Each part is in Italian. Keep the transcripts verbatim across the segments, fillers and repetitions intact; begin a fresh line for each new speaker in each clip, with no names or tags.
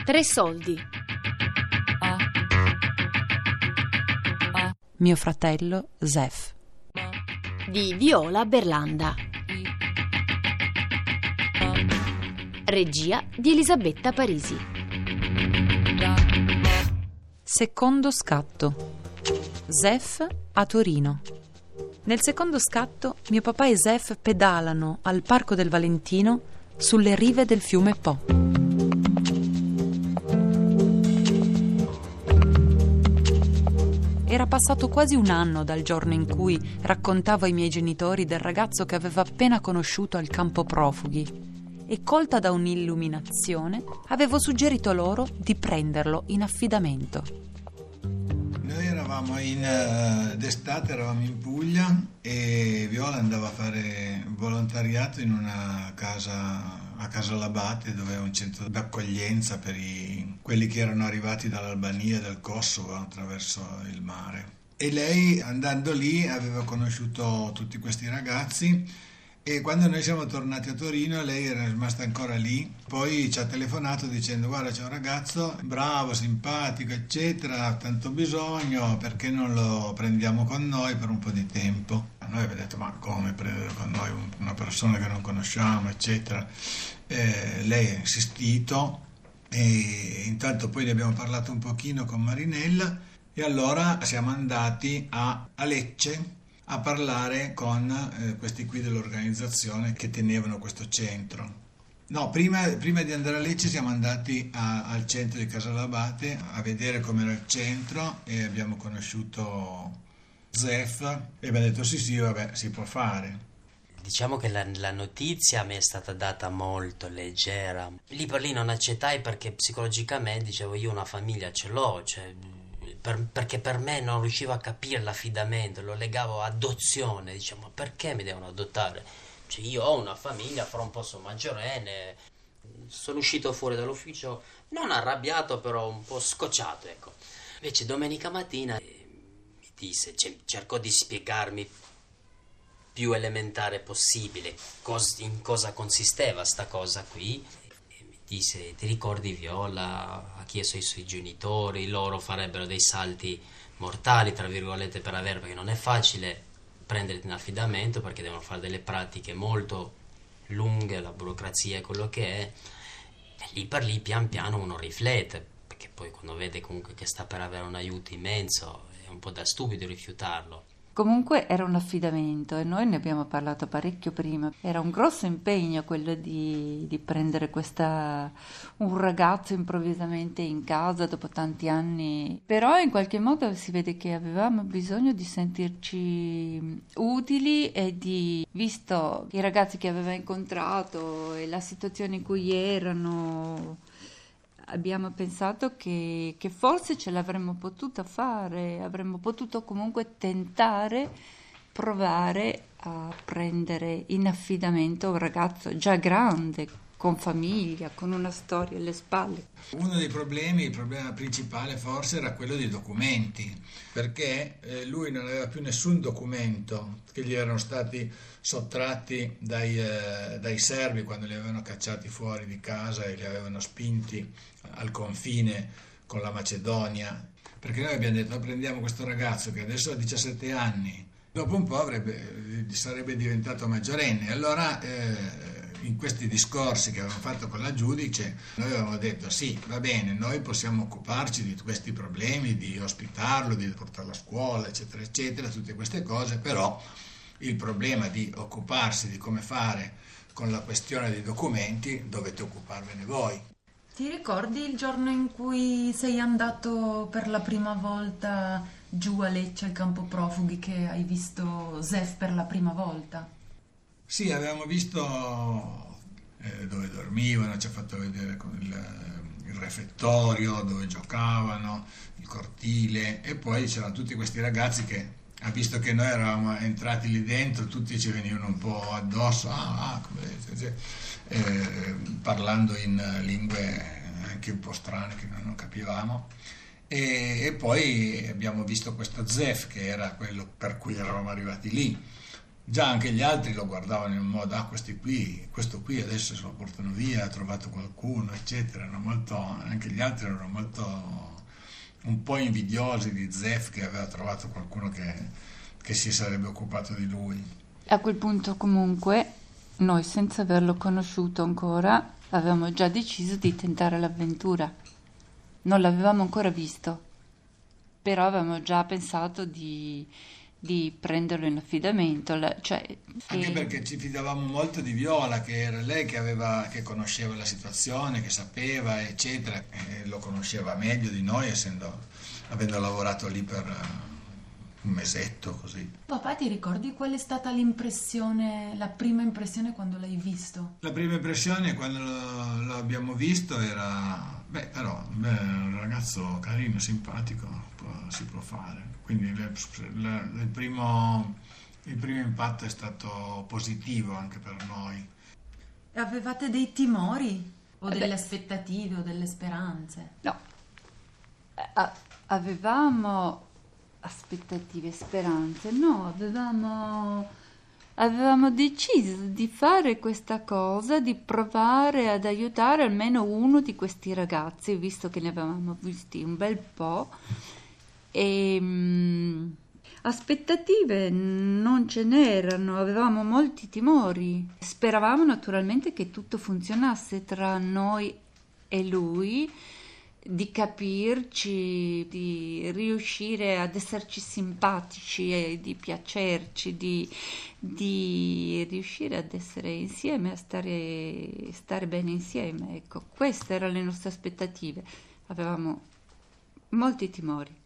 Tre soldi.
Mio fratello Zef
Di Viola Berlanda. Regia di Elisabetta Parisi.
Secondo scatto. Zef a Torino. Nel secondo scatto mio papà e Zef pedalano al Parco del Valentino sulle rive del fiume Po. Era passato quasi un anno dal giorno in cui raccontavo ai miei genitori del ragazzo che avevo appena conosciuto al campo profughi e, colta da un'illuminazione, avevo suggerito loro di prenderlo in affidamento.
Noi eravamo in uh, d'estate, eravamo in Puglia e Viola andava a fare volontariato in una casa a Casalabate, dove è un centro d'accoglienza per i, quelli che erano arrivati dall'Albania e dal Kosovo attraverso il mare. E lei, andando lì, aveva conosciuto tutti questi ragazzi e quando noi siamo tornati a Torino lei era rimasta ancora lì. Poi ci ha telefonato dicendo: guarda, c'è un ragazzo bravo, simpatico, eccetera, ha tanto bisogno, perché non lo prendiamo con noi per un po' di tempo? Noi abbiamo detto: ma come prendere con noi una persona che non conosciamo, eccetera. Eh, lei ha insistito e intanto poi ne abbiamo parlato un pochino con Marinella e allora siamo andati a, a Lecce a parlare con eh, questi qui dell'organizzazione che tenevano questo centro. No, prima, prima di andare a Lecce siamo andati a, al centro di Casalabate a vedere com'era il centro e abbiamo conosciuto Zef e abbiamo detto sì sì, vabbè, si può fare.
Diciamo che la, la notizia mi è stata data molto leggera. Lì per lì non accettai perché psicologicamente dicevo: io una famiglia ce l'ho, cioè, per, perché per me non riuscivo a capire l'affidamento, lo legavo a adozione, dicevo: ma perché mi devono adottare? Cioè, io ho una famiglia, fra un po' sono maggiorenne. Sono uscito fuori dall'ufficio non arrabbiato, però un po' scocciato, ecco. Invece domenica mattina mi disse, cioè, cercò di spiegarmi più elementare possibile cos- in cosa consisteva sta cosa qui. E mi disse: ti ricordi Viola ha chiesto ai suoi genitori, loro farebbero dei salti mortali tra virgolette per avere, perché non è facile prenderti in affidamento perché devono fare delle pratiche molto lunghe, la burocrazia è quello che è, e lì per lì pian piano uno riflette, perché poi quando vede comunque che sta per avere un aiuto immenso è un po' da stupido rifiutarlo.
Comunque era un affidamento e noi ne abbiamo parlato parecchio prima. Era un grosso impegno quello di, di prendere questa, un ragazzo improvvisamente in casa dopo tanti anni. Però in qualche modo si vede che avevamo bisogno di sentirci utili e di, visto i ragazzi che aveva incontrato e la situazione in cui erano, abbiamo pensato che, che forse ce l'avremmo potuta fare, avremmo potuto comunque tentare, provare a prendere in affidamento un ragazzo già grande, con famiglia, con una storia alle spalle.
Uno dei problemi, il problema principale forse era quello dei documenti, perché eh, lui non aveva più nessun documento che gli erano stati sottratti dai, eh, dai serbi quando li avevano cacciati fuori di casa e li avevano spinti al confine con la Macedonia, perché noi abbiamo detto: prendiamo questo ragazzo che adesso ha diciassette anni, dopo un po' avrebbe, sarebbe diventato maggiorenne. Allora eh, in questi discorsi che avevamo fatto con la giudice noi avevamo detto: sì, va bene, noi possiamo occuparci di questi problemi, di ospitarlo, di portarlo a scuola, eccetera eccetera, tutte queste cose, però il problema di occuparsi di come fare con la questione dei documenti dovete occuparvene voi.
Ti ricordi il giorno in cui sei andato per la prima volta giù a Lecce al campo profughi, che hai visto Zef per la prima volta?
Sì, avevamo visto eh, dove dormivano, ci ha fatto vedere il, il refettorio, dove giocavano, il cortile, e poi c'erano tutti questi ragazzi che, ha visto che noi eravamo entrati lì dentro, tutti ci venivano un po' addosso, ah, ah, come vedete, eh, parlando in lingue anche un po' strane che noi non capivamo. E, e poi abbiamo visto questo Zef, che era quello per cui eravamo arrivati lì. già anche gli altri lo guardavano in modo, ah, questi qui, questo qui adesso se lo portano via, ha trovato qualcuno, eccetera. Erano molto, anche gli altri erano molto un po' invidiosi di Zef, che aveva trovato qualcuno che, che si sarebbe occupato di lui.
A quel punto comunque noi, senza averlo conosciuto ancora, avevamo già deciso di tentare l'avventura. Non l'avevamo ancora visto, però avevamo già pensato di, di prenderlo in affidamento. Cioè,
Anche
e...
perché ci fidavamo molto di Viola, che era lei che, aveva, che conosceva la situazione, che sapeva, eccetera, e lo conosceva meglio di noi, essendo, avendo lavorato lì per un mesetto così.
Papà, ti ricordi qual è stata l'impressione, la prima impressione quando l'hai visto?
La prima impressione quando lo, lo abbiamo visto era, beh, però, beh, un ragazzo carino, simpatico, può, si può fare. Quindi le, le, il, primo, il primo impatto è stato positivo anche per noi.
Avevate dei timori? O
Eh
delle
beh.
aspettative o delle speranze?
No, A- avevamo aspettative, speranze, no, avevamo, avevamo deciso di fare questa cosa, di provare ad aiutare almeno uno di questi ragazzi, visto che ne avevamo visti un bel po', e mm, aspettative non ce n'erano, avevamo molti timori, speravamo naturalmente che tutto funzionasse tra noi e lui, di capirci, di riuscire ad esserci simpatici e di piacerci, di, di riuscire ad essere insieme, a stare, stare bene insieme. Ecco, queste erano le nostre aspettative. Avevamo molti timori.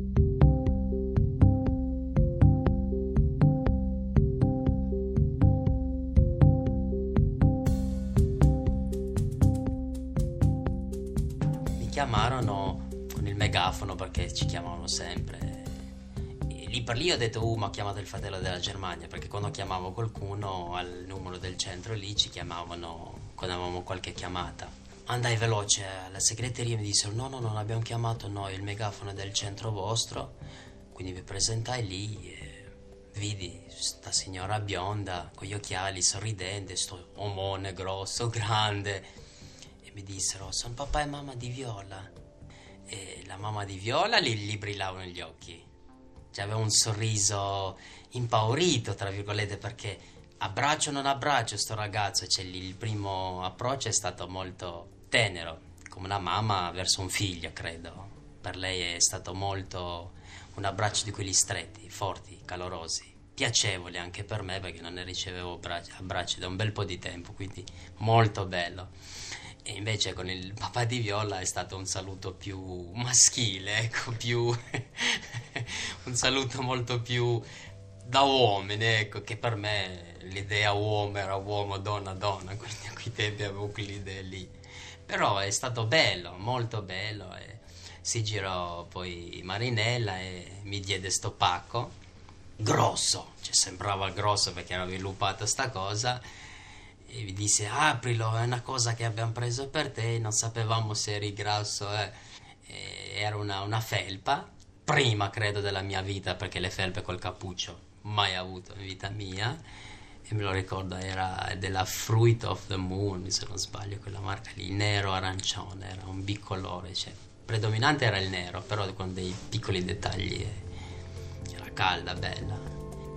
Chiamarono con il megafono, perché ci chiamavano sempre, e lì per lì ho detto uh ma ha chiamato il fratello della Germania, perché quando chiamavo qualcuno al numero del centro lì ci chiamavano quando avevamo qualche chiamata. Andai veloce alla segreteria e mi dissero no no non abbiamo chiamato noi, il megafono è del centro vostro. Quindi mi presentai lì e vidi sta signora bionda con gli occhiali, sorridente, sto omone grosso, grande. Mi dissero sono papà e mamma di Viola, e la mamma di Viola gli, gli brillavano gli occhi, cioè aveva un sorriso impaurito tra virgolette, perché abbraccio o non abbraccio sto ragazzo, cioè il primo approccio è stato molto tenero, come una mamma verso un figlio, credo. Per lei è stato molto un abbraccio di quelli stretti, forti, calorosi, piacevoli anche per me, perché non ne ricevevo abbracci, abbracci da un bel po' di tempo, quindi molto bello. E invece con il papà di Viola è stato un saluto più maschile, ecco, più un saluto molto più da uomini, ecco, che per me l'idea uomo era uomo, donna, donna, quindi a quei tempi avevo quell'idea lì. Però è stato bello, molto bello, e si girò poi Marinella e mi diede sto pacco, grosso, cioè sembrava grosso perché era avvilupata sta cosa, e mi disse aprilo, è una cosa che abbiamo preso per te, non sapevamo se eri grasso, eh. Era una, una felpa, prima credo della mia vita, perché le felpe col cappuccio mai avuto in vita mia, e me lo ricordo, era della Fruit of the Moon, se non sbaglio, quella marca lì, nero arancione, era un bicolore, cioè predominante era il nero, però con dei piccoli dettagli, era calda, bella.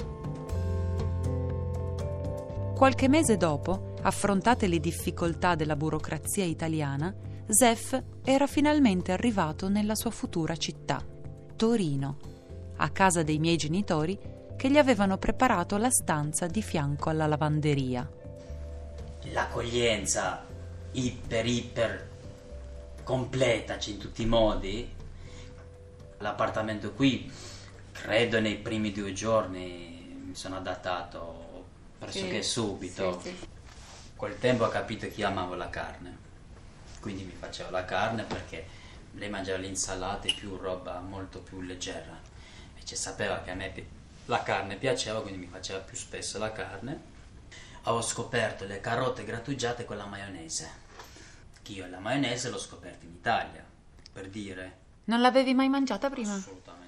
Qualche mese dopo, affrontate le difficoltà della burocrazia italiana, Zef era finalmente arrivato nella sua futura città, Torino, a casa dei miei genitori che gli avevano preparato la stanza di fianco alla lavanderia.
L'accoglienza iper iper completa, cioè in tutti i modi. L'appartamento qui, credo nei primi due giorni mi sono adattato pressoché
Sì,
subito.
sì, sì.
Col tempo ho capito che io amavo la carne, quindi mi facevo la carne, perché lei mangiava l'insalata e più roba molto più leggera, invece sapeva che a me pi- la carne piaceva, quindi mi faceva più spesso la carne. Ho scoperto le carote grattugiate con la maionese, che io la maionese l'ho scoperta in Italia, per dire.
Non l'avevi mai mangiata prima?
Assolutamente no.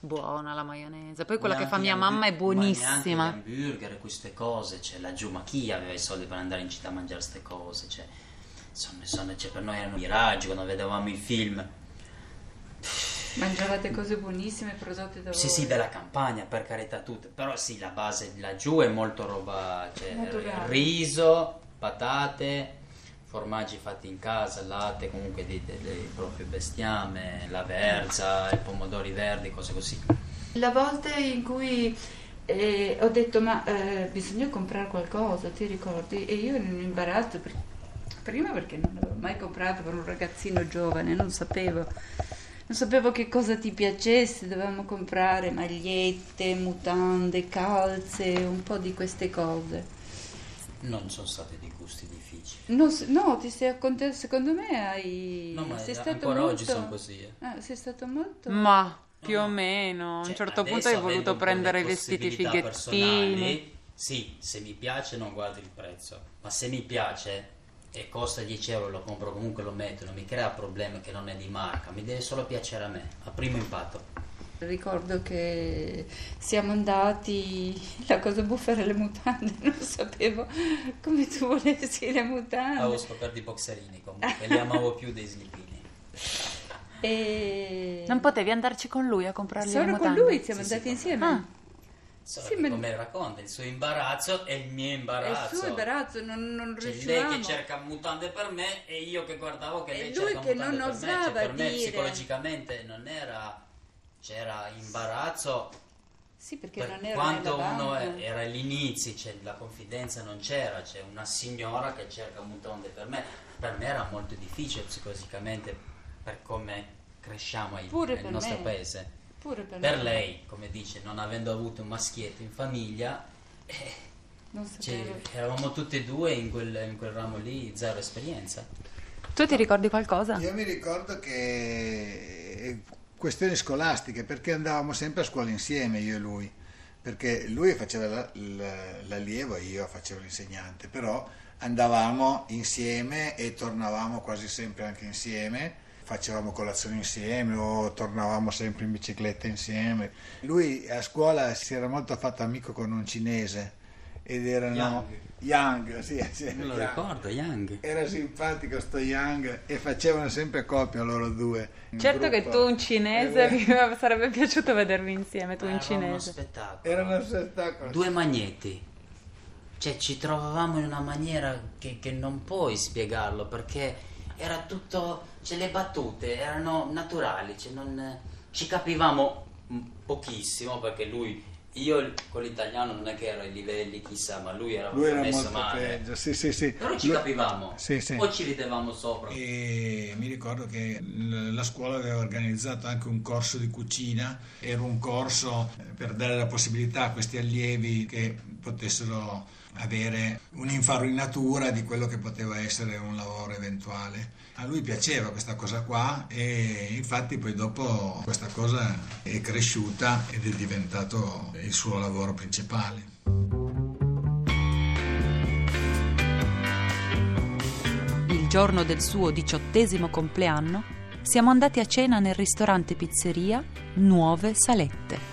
Buona la maionese. Poi quella che
Neanche
fa mia
gli
mamma è
hamburger- ma
buonissima.
neanche gli hamburger e queste cose, cioè laggiù ma chi aveva i soldi per andare in città a mangiare queste cose? Cioè, insomma, insomma, cioè, per noi erano miraggi quando vedevamo i film.
Mangiavate cose buonissime prodotte da voi?
Sì, sì, della campagna, per carità tutte, però sì, la base laggiù è molto roba, cioè
Naturale.
riso, patate, formaggi fatti in casa, latte, comunque di, di, di proprio bestiame, la verza, i pomodori verdi, cose così.
La volta in cui eh, ho detto ma eh, bisogna comprare qualcosa, ti ricordi? E io in un imbarazzo, per- prima perché non avevo mai comprato per un ragazzino giovane, non sapevo, non sapevo che cosa ti piacesse, dovevamo comprare magliette, mutande, calze, un po' di queste cose.
Non sono stati di gusti difficili.
No, s- no, ti sei accontentato, secondo me hai...
No, ma
sei
eh,
stato
ancora
molto...
oggi sono così. Eh.
Ah, sei stato molto...
Ma più
No,
o
no.
meno. A un
Cioè,
certo punto
adesso,
hai
avendo
voluto
un po'
prendere
le
i vestiti
possibilità
fighettini.
personali, sì, se mi piace non guardo il prezzo, ma se mi piace e costa dieci euro lo compro comunque, lo metto, non mi crea problemi che non è di marca, mi deve solo piacere a me, a primo impatto.
Ricordo che siamo andati, la cosa buffa era le mutande, non sapevo come tu volessi le mutande.
Avevo scoperto i boxerini comunque, li amavo più dei slippini.
E...
Non potevi andarci con lui a comprargli le
Solo con
mutande?
lui siamo
Sì,
andati
sì,
insieme.
Ah.
Solo
Sì,
che
ma-
come racconta, il suo imbarazzo e il mio
È il
imbarazzo.
suo imbarazzo, non, non
C'è
riuscivamo.
lei che cerca mutande per me e io che guardavo che
E
lei
lui
cerca
che
mutande
non
per me. Cioè,
osava
per me
dire.
psicologicamente non era, c'era imbarazzo.
Sì, perché
Per
non era
quanto
nella
uno
banca.
è- era agli inizi, cioè, la confidenza non c'era, c'è una signora che cerca mutande per me. Per me era molto difficile psicologicamente per come cresciamo ai-
Pure
nel
per
nostro
me.
paese.
Pure per,
Per
me.
lei, come dice, non avendo avuto un maschietto in famiglia, eh,
Non
cioè,
sapevo.
eravamo tutti e due in quel, in quel ramo lì, zero esperienza.
Tu ti ricordi qualcosa?
Io mi ricordo che questioni scolastiche, perché andavamo sempre a scuola insieme io e lui, perché lui faceva la- la- l'allievo e io facevo l'insegnante, però andavamo insieme e tornavamo quasi sempre anche insieme, facevamo colazione insieme o tornavamo sempre in bicicletta insieme. Lui a scuola si era molto fatto amico con un cinese ed erano Yang, sì, sì,
Me lo
Yang.
ricordo, Young.
Era simpatico sto Yang e facevano sempre coppia loro due. in
Certo che
gruppo.
tu un cinese,
Eh,
mi sarebbe piaciuto vedervi insieme, tu
Ma
un
era uno
cinese.
spettacolo.
Era uno spettacolo.
Due magnetti. Cioè ci trovavamo in una maniera che, che non puoi spiegarlo perché era tutto, cioè le battute erano naturali, cioè non, ci capivamo un pochissimo perché lui, io con l'italiano non è che ero ai livelli chissà, ma lui era,
Lui era
messo
molto
male.
peggio, sì sì sì.
Però ci
Lui-
capivamo,
Sì, sì.
o ci ridevamo sopra.
E mi ricordo che l- la scuola aveva organizzato anche un corso di cucina, era un corso eh, per dare la possibilità a questi allievi che potessero avere un'infarinatura di quello che poteva essere un lavoro eventuale. A lui piaceva questa cosa qua e infatti poi dopo questa cosa è cresciuta ed è diventato il suo lavoro principale.
Il giorno del suo diciottesimo compleanno siamo andati a cena nel ristorante pizzeria Nuove Salette.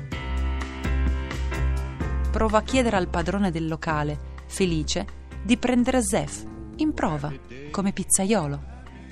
Provo a chiedere al padrone del locale, Felice, di prendere Zef in prova come pizzaiolo.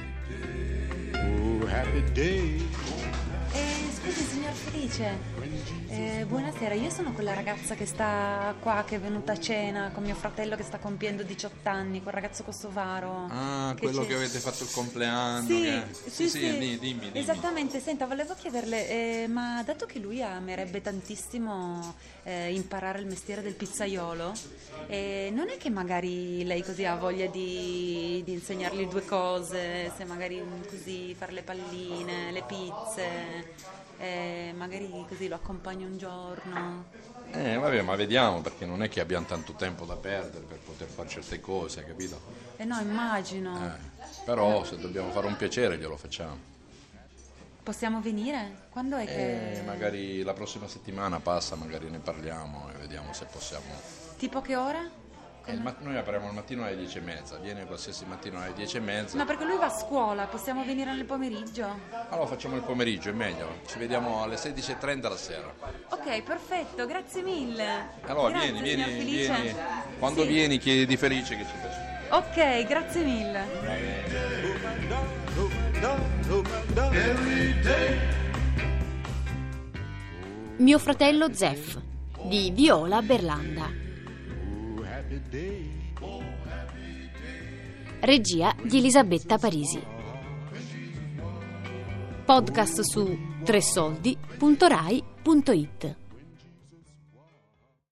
Oh, happy day.
Eh, scusi signor Felice, eh, buonasera, io sono quella ragazza che sta qua, che è venuta a cena con mio fratello che sta compiendo diciotto anni, quel ragazzo kosovaro.
Ah,
che
quello
c'è-
che avete fatto il compleanno.
Sì,
che-
sì, sì,
di- dimmi, dimmi.
esattamente. Senta, volevo chiederle, eh, ma dato che lui amerebbe tantissimo eh, imparare il mestiere del pizzaiolo, eh, non è che magari lei così ha voglia di, di insegnargli due cose, se magari mm, così fare le palline, le pizze, eh, magari così lo accompagno un giorno.
Eh, vabbè, ma vediamo, perché non è che abbiamo tanto tempo da perdere per poter fare certe cose, capito?
Eh no, immagino.
Eh, però se dobbiamo fare un piacere glielo facciamo.
Possiamo venire? Quando è che...
Eh, magari la prossima settimana passa, magari ne parliamo e vediamo se possiamo.
Tipo che ora?
Eh, il mat- noi apriamo al mattino alle dieci e mezza, viene qualsiasi mattino alle dieci e mezza.
No, perché lui va a scuola, possiamo venire nel pomeriggio?
Allora facciamo il pomeriggio, è meglio. Ci vediamo alle sedici e trenta la sera.
Ok, perfetto, grazie mille.
Allora
Grazie,
vieni, vieni,
signor Felice.
vieni. Quando
Sì.
vieni chiedi di Felice che ci piace.
Ok, grazie mille.
Mio fratello Zeff di Viola Berlanda. Regia di Elisabetta Parisi. Podcast su tre soldi punto rai punto it.